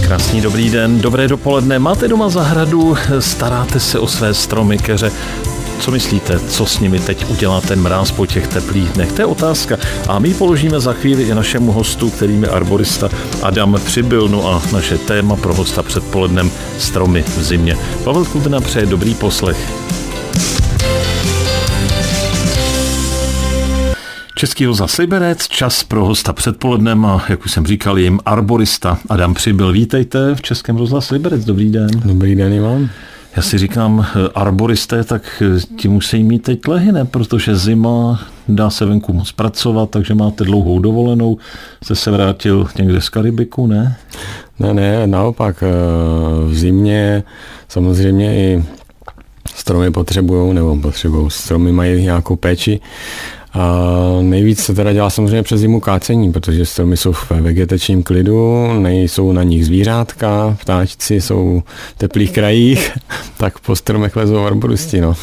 Krásný dobrý den, dobré dopoledne. Máte doma zahradu, staráte se o své stromy, keře. Co myslíte, co s nimi teď udělá ten mráz po těch teplých dnech? To je otázka. A my položíme za chvíli i našemu hostu, kterým je arborista Adam Přibyl. No a naše téma pro hosta předpolednem stromy v zimě. Pavel Kudrna přeje dobrý poslech. Český rozhlas Liberec, čas pro hosta předpolednem a jak už jsem říkal, jim arborista Adam Přibyl. Vítejte v Českém rozhlas Liberec, dobrý den. Dobrý den i vám. Já si říkám, arboristé, tak ti musí mít teď lehy, ne? Protože zima, dá se venku moc pracovat, takže máte dlouhou dovolenou. Jste se vrátil někde z Karibiku, ne? Ne, naopak. V zimě samozřejmě i stromy potřebují, stromy mají nějakou péči. A nejvíc se teda dělá samozřejmě přes zimu kácení, protože stromy jsou v vegetačním klidu, nejsou na nich zvířátka, ptáčci jsou v teplých krajích, tak po stromech lezou arboristi, no.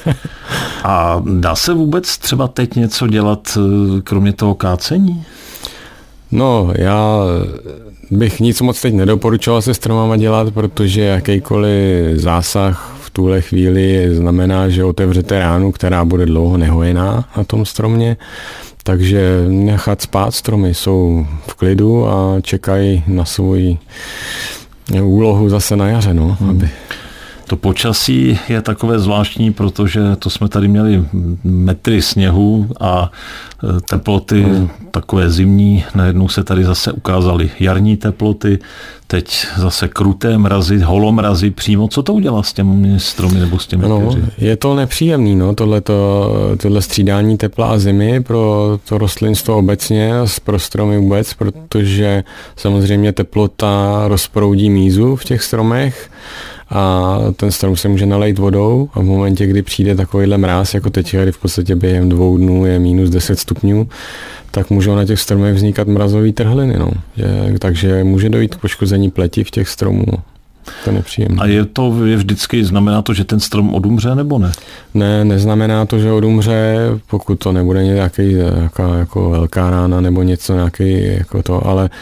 A dá se vůbec třeba teď něco dělat, kromě toho kácení? No, já bych nic moc teď nedoporučoval se stromama dělat, protože jakýkoliv zásah v tuhle chvíli znamená, že otevřete ránu, která bude dlouho nehojená na tom stromě, takže nechat spát, stromy jsou v klidu a čekají na svoji úlohu zase na jaře, no, aby... To počasí je takové zvláštní, protože to jsme tady měli metry sněhu a teploty takové zimní. Najednou se tady zase ukázaly jarní teploty, teď zase kruté mrazy, holomrazy přímo. Co to udělá s těmi stromy nebo s těmi keři? Je to nepříjemný, no, tohle střídání tepla a zimy pro to rostlinstvo obecně a pro stromy vůbec, protože samozřejmě teplota rozproudí mízu v těch stromech a ten strom se může nalejt vodou a v momentě, kdy přijde takovýhle mráz, jako teď, kdy v podstatě během 2 dnů je minus 10 stupňů, tak můžou na těch stromech vznikat mrazové trhliny. No. Takže může dojít k poškození pleti v těch stromů. No. To je nepříjemné. A je vždycky, znamená to, že ten strom odumře nebo ne? Ne, neznamená to, že odumře, pokud to nebude nějaký jako velká rána nebo něco nějaký jako to, ale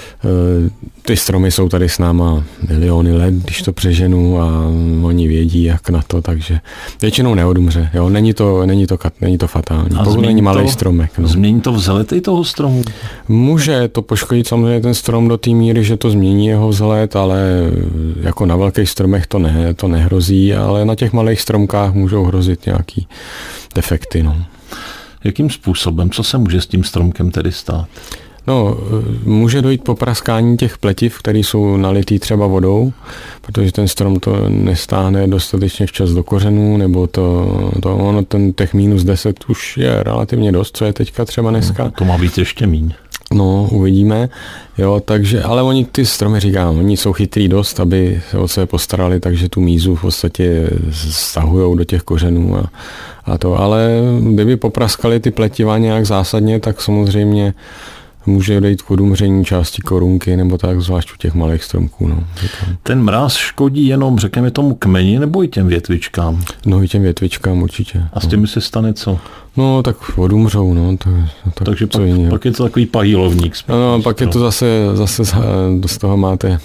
ty stromy jsou tady s náma miliony let, když to přeženu a oni vědí, jak na to, takže většinou neodumře. Jo? Není to fatální. Pokud není malej stromek. No. Změní to vzhled i toho stromu? Může to poškodit samozřejmě ten strom do té míry, že to změní jeho vzhled, ale jako na velkých stromech to nehrozí, ale na těch malých stromkách můžou hrozit nějaký defekty. No. Jakým způsobem? Co se může s tím stromkem tedy stát? No, může dojít po praskání těch pletiv, které jsou nalitý třeba vodou, protože ten strom to nestáhne dostatečně včas do kořenů, nebo těch minus 10 už je relativně dost, co je teďka třeba dneska. To má být ještě míň. No, uvidíme. Jo, takže, ale oni ty stromy, říkám, oni jsou chytrý dost, aby se o sebe postarali, takže tu mízu v podstatě stahujou do těch kořenů a to. Ale kdyby popraskali ty pletiva nějak zásadně, tak samozřejmě může dojít k odumření části korunky nebo tak, zvlášť u těch malých stromků. No. Ten mráz škodí jenom, řekněme tomu kmeni, nebo i těm větvičkám? No i těm větvičkám určite. A s těmi se stane co? No tak odumřou, no. Takže pak je to takový pahýlovník. No, pak je to zase z toho máte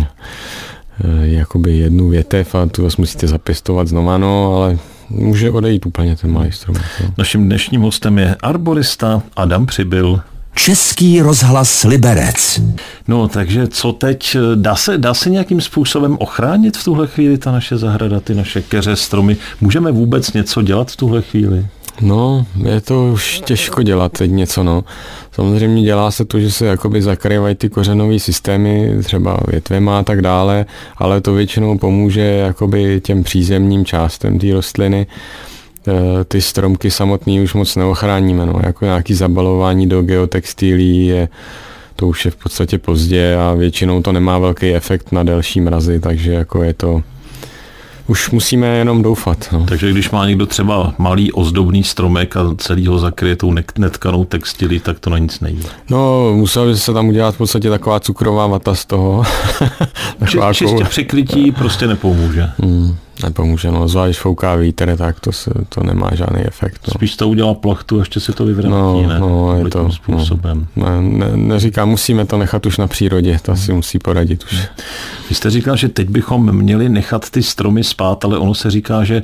jakoby jednu větev a tu vás musíte zapěstovat znova, no, ale může odejít úplně ten malý strom. No. Naším dnešním hostem je arborista Adam Přibyl. Český rozhlas Liberec. No, takže co teď? Dá se nějakým způsobem ochránit v tuhle chvíli ta naše zahrada, ty naše keře, stromy? Můžeme vůbec něco dělat v tuhle chvíli? No, je to už těžko dělat teď něco, no. Samozřejmě dělá se to, že se jakoby zakrývají ty kořenové systémy, třeba větvema a tak dále, ale to většinou pomůže jakoby těm přízemním částem té rostliny. Ty stromky samotný už moc neochráníme, no. Jako nějaký zabalování do geotextilí to už je v podstatě pozdě a většinou to nemá velký efekt na delší mrazy, takže jako je to... Už musíme jenom doufat. No. Takže když má někdo třeba malý ozdobný stromek a celý ho zakryje tou netkanou textilí, tak to na nic nejde. No, musel by se tam udělat v podstatě taková cukrová vata z toho. Čistě přikrytí prostě nepomůže. Nepomůže, no, zvlášť fouká vítr, tak to nemá žádný efekt. No. Spíš to udělá plachtu, ještě si to vyvrátí, ne? No, je to způsobem. Neříkám, musíme to nechat už na přírodě, to si musí poradit už. Vy jste říkal, že teď bychom měli nechat ty stromy spát, ale ono se říká, že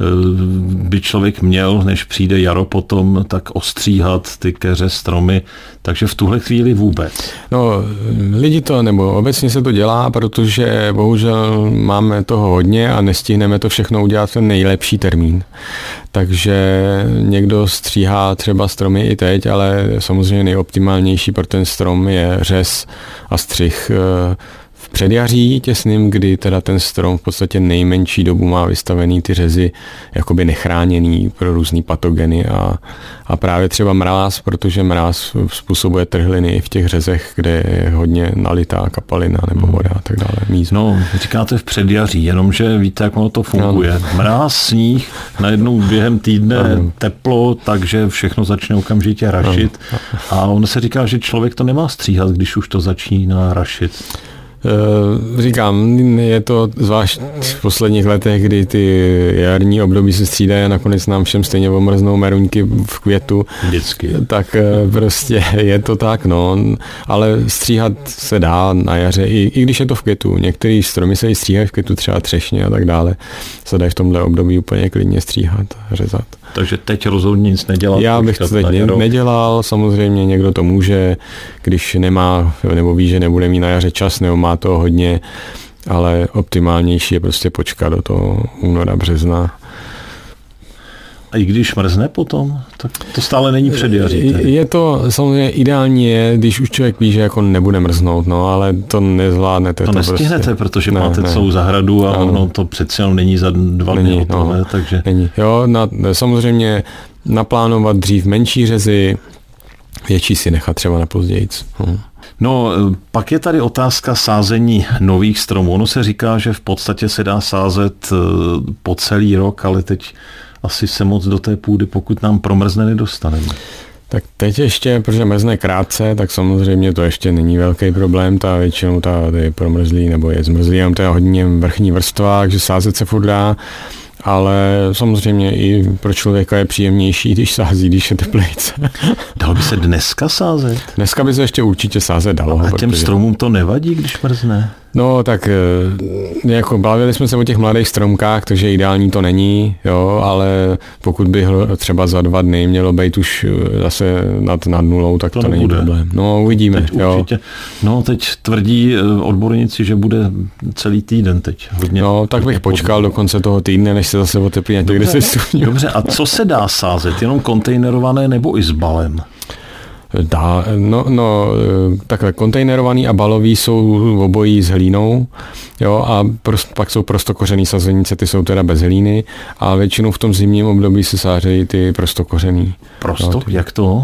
by člověk měl, než přijde jaro potom, tak ostříhat ty keře, stromy, takže v tuhle chvíli vůbec. No, lidi to, nebo obecně se to dělá, protože bohužel máme toho hodně a nestihneme to všechno udělat v ten nejlepší termín. Takže někdo stříhá třeba stromy i teď, ale samozřejmě nejoptimálnější pro ten strom je řez a střih v předjaří těsným, kdy teda ten strom v podstatě nejmenší dobu má vystavený ty řezy jakoby nechráněný pro různý patogeny a právě třeba mráz, protože mráz způsobuje trhliny i v těch řezech, kde je hodně nalitá kapalina nebo voda a tak dále. Mízno. No, říkáte v předjaří, jenomže víte, jak ono to funguje. Mráz, sníh, najednou během týdne teplo, takže všechno začne okamžitě rašit a ono se říká, že člověk to nemá stříhat, když už to začíná rašit. Říkám, je to zvlášť v posledních letech, kdy ty jarní období se střídají a nakonec nám všem stejně omrznou meruňky v květu. Vždycky. Tak prostě je to tak, no. Ale stříhat se dá na jaře, i když je to v květu. Některé stromy se i stříhají v květu, třeba třešně a tak dále. Se dají v tomhle období úplně klidně stříhat, řezat. Takže teď rozhodně nic nedělat. Já bych to teď nedělal, samozřejmě někdo to může, když nemá nebo ví, že nebude mít na jaře čas nebo má toho hodně, ale optimálnější je prostě počkat do toho února, března. A i když mrzne potom, tak to stále není předjaří. Je to samozřejmě ideální je, když už člověk ví, že jako nebude mrznout, no, ale to nezvládnete. To nestihnete, prostě, protože máte celou zahradu a ono to přece jenom není za 2 dny hotové, takže... Není. Jo, samozřejmě naplánovat dřív menší řezy, větší si nechat třeba na pozdějíc. No, pak je tady otázka sázení nových stromů. Ono se říká, že v podstatě se dá sázet po celý rok, ale teď asi se moc do té půdy, pokud nám promrzne, nedostaneme. Tak teď ještě, protože mrzne krátce, tak samozřejmě to ještě není velký problém, většinou je promrzlý nebo je zmrzlý, jenom to je hodně vrchní vrstva, takže sázet se furt dá, ale samozřejmě i pro člověka je příjemnější, když sází, když je teplejce. Dalo by se dneska sázet? Dneska by se ještě určitě sázet dalo. A těm stromům to nevadí, když mrzne? No tak jako bavili jsme se o těch mladých stromkách, takže ideální to není, jo, ale pokud by třeba za 2 dny mělo být už zase nad nulou, tak to není problém. No uvidíme. Teď jo. Určitě. No teď tvrdí odborníci, že bude celý týden teď. Hodně, no tak bych počkal do konce toho týdne, než se zase oteplí na těch 10 stupňů. Dobře, a co se dá sázet? Jenom kontejnerované nebo i s balem? Dá, takhle kontejnerovaný a balový jsou obojí s hlínou, jo, a pak jsou prostokořený sazenice, ty jsou teda bez hlíny a většinou v tom zimním období se sářejí ty prostokořený. Jak to?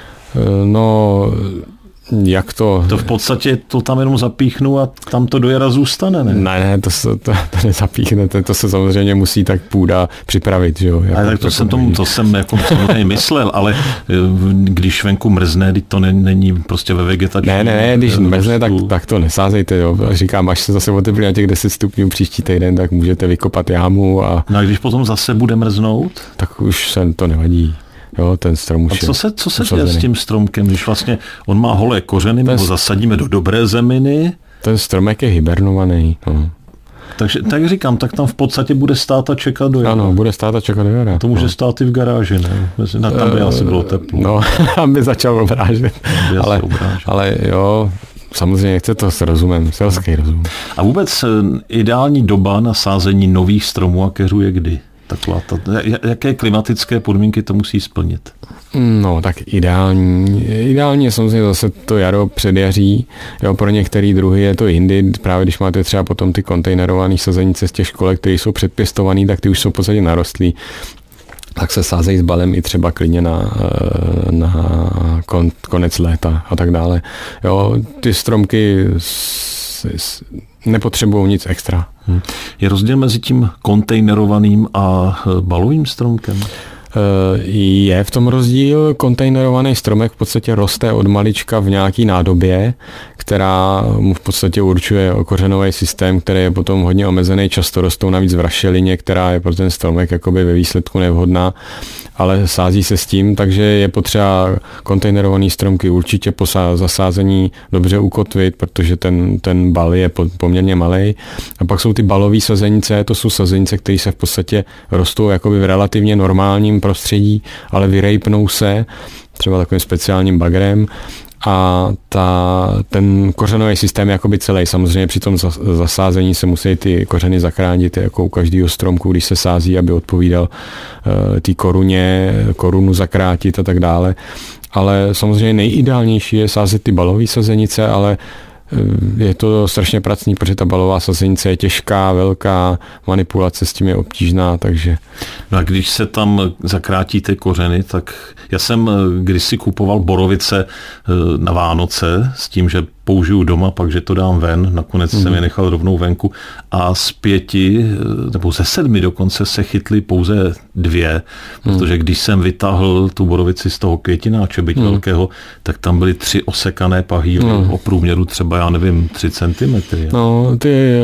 No, jak to? To v podstatě to tam jenom zapíchnu a tam to do jara zůstane, ne? Ne, to nezapíchnete, to se samozřejmě musí tak půda připravit, že jo? Ale tak to jsem jako samozřejmě myslel, ale když venku mrzne, to není prostě ve vegetační. Ne, když mrzne, tak to nesázejte, jo? Říkám, až se zase oteplí na těch 10 stupňů příští týden, tak můžete vykopat jámu a... No a když potom zase bude mrznout? Tak už se to nevadí. Jo, ten strom už a co se děje s tím stromkem, když vlastně on má holé kořeny, my ho zasadíme do dobré zeminy? Ten stromek je hibernovaný. No. Takže tak říkám, tak tam v podstatě bude stát a čekat do jara. Ano, bude stát a čekat do jara. To může stát i v garáži, ne? Tam by asi bylo teplo. No, aby začal obrážet. Ale jo, samozřejmě chce to s rozumem, selský rozum. A vůbec ideální doba na sázení nových stromů a keřů je kdy? Jaké klimatické podmínky to musí splnit? No, tak ideální je samozřejmě zase to jaro předjaří. Jo, pro některé druhy je to jindy. Právě když máte třeba potom ty kontejnerované sazenice z těch školek, které jsou předpěstované, tak ty už jsou v podstatě narostlí. Tak se sázejí s balem i třeba klidně na konec léta a tak dále. Jo, ty stromky nepotřebují nic extra. Je rozdíl mezi tím kontejnerovaným a balovým stromkem? Je v tom rozdíl. Kontejnerovaný stromek v podstatě roste od malička v nějaký nádobě, která mu v podstatě určuje kořenový systém, který je potom hodně omezený. Často rostou navíc v rašelině, která je pro ten stromek jakoby ve výsledku nevhodná, ale sází se s tím, takže je potřeba kontejnerovaný stromky určitě po zasázení dobře ukotvit, protože ten bal je poměrně malej. A pak jsou ty balové sazenice, to jsou sazenice, které se v podstatě rostou jakoby v relativně normálním prostředí, ale vyrejpnou se třeba takovým speciálním bagrem a ten kořenový systém je jakoby celý. Samozřejmě při tom zasázení se musí ty kořeny zachránit jako u každého stromku, když se sází, aby odpovídal té koruně, korunu zakrátit a tak dále. Ale samozřejmě nejideálnější je sázet ty balové sazenice, ale je to strašně pracný, protože ta balová sazenice je těžká, velká, manipulace s tím je obtížná, takže... No a když se tam zakrátí ty kořeny, tak já jsem kdysi kupoval borovice na Vánoce s tím, že použiju doma, pak že to dám ven, nakonec jsem je nechal rovnou venku a z 5 nebo ze 7 dokonce se chytly pouze 2, protože když jsem vytáhl tu borovici z toho květináče, byť velkého, tak tam byly 3 osekané pahýly o průměru třeba, já nevím, 3 cm. No, ty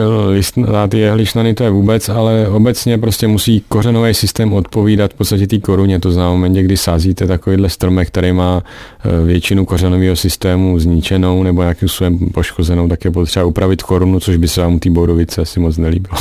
jehličnany to je vůbec, ale obecně prostě musí kořenový systém odpovídat v podstatě té koruně, to znamená v momentě, kdy sázíte takovýhle stromek, který má většinu kořenového systému zničenou nebo nějakým způsobem poškozenou, tak je potřeba upravit korunu, což by se vám u té borovice asi moc nelíbilo.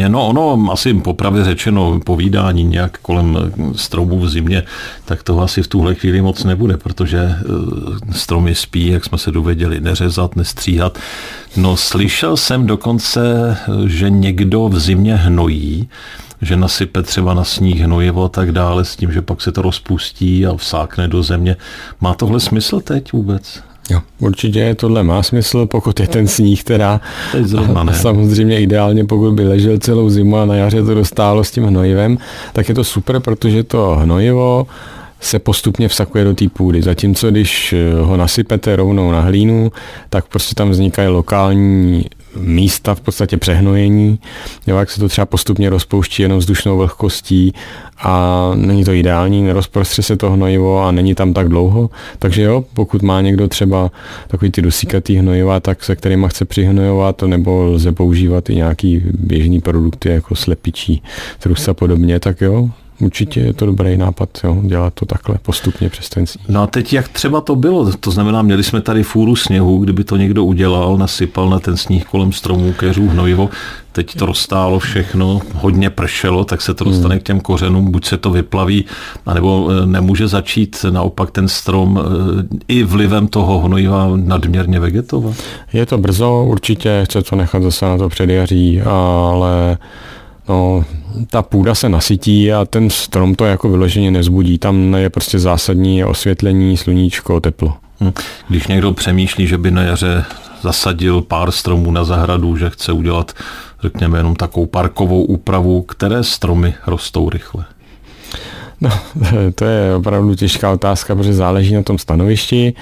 Ono asi popravdě řečeno povídání nějak kolem stromů v zimě, tak toho asi v tuhle chvíli moc nebude, protože stromy spí, jak jsme se dověděli, neřezat, nestříhat. No slyšel jsem dokonce, že někdo v zimě hnojí, že nasype třeba na sníh hnojivo a tak dále s tím, že pak se to rozpustí a vsákne do země. Má tohle smysl teď vůbec? Jo, určitě tohle má smysl, pokud je ten sníh teda. A samozřejmě ideálně, pokud by ležel celou zimu a na jaře to dostálo s tím hnojivem, tak je to super, protože to hnojivo se postupně vsakuje do té půdy. Zatímco když ho nasypete rovnou na hlínu, tak prostě tam vznikají lokální místa v podstatě přehnojení, jak se to třeba postupně rozpouští jenom vzdušnou vlhkostí a není to ideální, nerozprostře se to hnojivo a není tam tak dlouho, takže jo, pokud má někdo třeba takový ty dusíkatý hnojiva, tak se kterýma chce přihnojovat, nebo lze používat i nějaký běžný produkty jako slepičí trus a podobně, tak jo, určitě je to dobrý nápad, jo, dělat to takhle postupně přes ten sníh. No a teď jak třeba to bylo? To znamená, měli jsme tady fůru sněhu, kdyby to někdo udělal, nasypal na ten sníh kolem stromů, keřů, hnojivo, teď to roztálo všechno, hodně pršelo, tak se to dostane k těm kořenům, buď se to vyplaví, anebo nemůže začít naopak ten strom i vlivem toho hnojiva nadměrně vegetovat? Je to brzo, určitě chce to nechat zase na to předjaří, ale no, ta půda se nasytí a ten strom to jako vyloženě nezbudí. Tam je prostě zásadní osvětlení, sluníčko, teplo. Když někdo přemýšlí, že by na jaře zasadil pár stromů na zahradu, že chce udělat, řekněme, jenom takovou parkovou úpravu, které stromy rostou rychle? No, to je opravdu těžká otázka, protože záleží na tom stanovišti,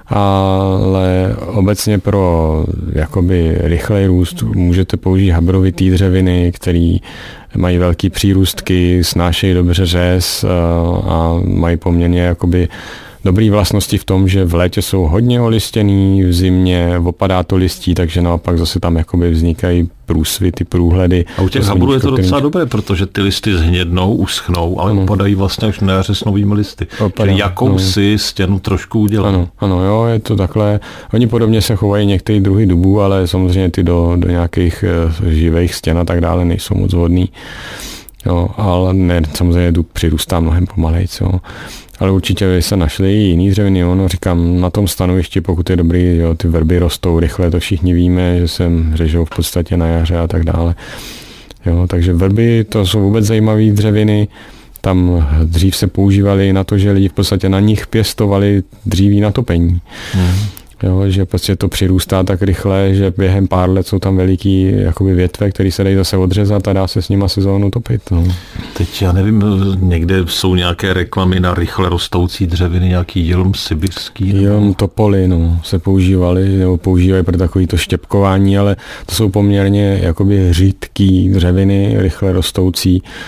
ale obecně pro jakoby rychlej růst můžete použít habrovitý dřeviny, které mají velký přírůstky, snášejí dobře řez a mají poměrně jakoby dobrý vlastnosti v tom, že v létě jsou hodně olistěný, v zimě opadá to listí, takže naopak zase tam jakoby vznikají průsvity, průhledy. A u těch habrů je to docela dobré, protože ty listy zhnědnou, uschnou, ale opadají vlastně až na jaře s novými listy. Čili jakousi stěnu trošku udělat. Ano, jo, je to takhle. Oni podobně se chovají některé druhy dubů, ale samozřejmě ty do nějakých živých stěn a tak dále nejsou moc hodný. Jo, ale ne, samozřejmě dub přirůstá mnohem pomalejc, jo. Ale určitě by se našly i jiný dřeviny, no, říkám, na tom stanovišti, pokud je dobrý, jo, ty vrby rostou rychle, to všichni víme, že se řežou v podstatě na jaře a tak dále. Jo, takže vrby, to jsou vůbec zajímavé dřeviny, tam dřív se používaly na to, že lidi v podstatě na nich pěstovali dříví na topení. Jo, že prostě to přirůstá tak rychle, že během pár let jsou tam veliký jakoby větve, které se dají zase odřezat a dá se s nima sezónu topit. No. Teď já nevím, někde jsou nějaké reklamy na rychle rostoucí dřeviny, nějaký jilm sibirský? Jilm topoly, no, se používaly, nebo používají pro takovýto štěpkování, ale to jsou poměrně jakoby řídký dřeviny, rychle rostoucí.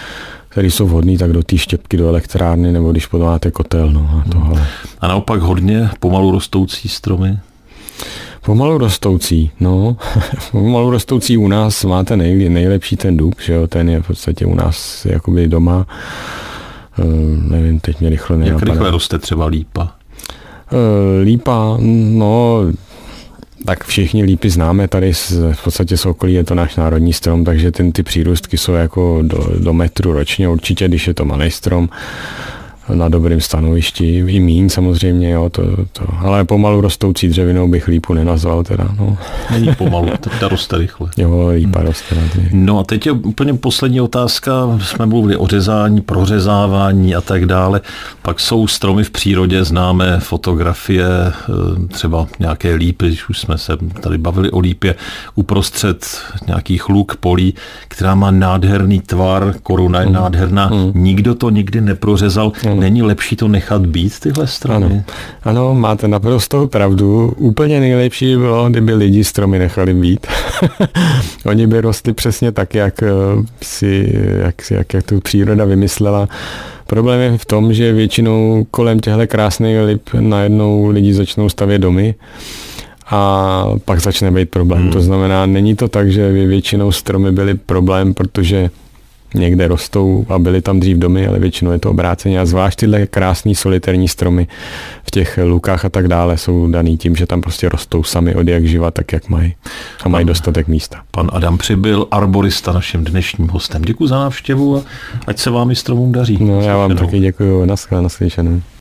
který jsou vhodný, tak do té štěpky, do elektrárny, nebo když potom máte kotel, no a tohle. A naopak hodně pomalu rostoucí stromy? Pomalu rostoucí, no. Pomalu rostoucí u nás máte nejlepší ten dub, že jo, ten je v podstatě u nás jakoby doma. Nevím, teď mě rychle nenapadá. Jak rychle roste třeba lípa? Lípa, no, tak všichni lípy známe tady v podstatě z okolí, je to náš národní strom, takže ty přírůstky jsou jako do metru ročně, určitě, když je to malý strom, na dobrém stanovišti, i míň samozřejmě, jo, ale pomalu rostoucí dřevinou bych lípu nenazval teda, no. Není pomalu, ta roste rychle. Jo, lípa roste. No a teď je úplně poslední otázka, jsme mluvili o řezání, prořezávání a tak dále, pak jsou stromy v přírodě, známe fotografie, třeba nějaké lípy, když už jsme se tady bavili o lípě, uprostřed nějakých luk, polí, která má nádherný tvar, koruna je nádherná, nikdo to nikdy neprořezal. Není lepší to nechat být, tyhle stromy? Ano, máte naprostou pravdu. Úplně nejlepší by bylo, kdyby lidi stromy nechali být. Oni by rostli přesně tak, jak tu příroda vymyslela. Problém je v tom, že většinou kolem těchto krásných lip najednou lidi začnou stavět domy a pak začne být problém. To znamená, není to tak, že většinou stromy byly problém, protože někde rostou a byly tam dřív domy, ale většinou je to obráceně a zvlášť tyhle krásný solitérní stromy v těch lukách a tak dále jsou daný tím, že tam prostě rostou sami od jak živa, tak jak mají a mají dostatek místa. Pan Adam Přibyl, arborista, naším dnešním hostem. Děkuji za návštěvu a ať se vám i stromům daří. No, já vám taky děkuji. Naslyšenou.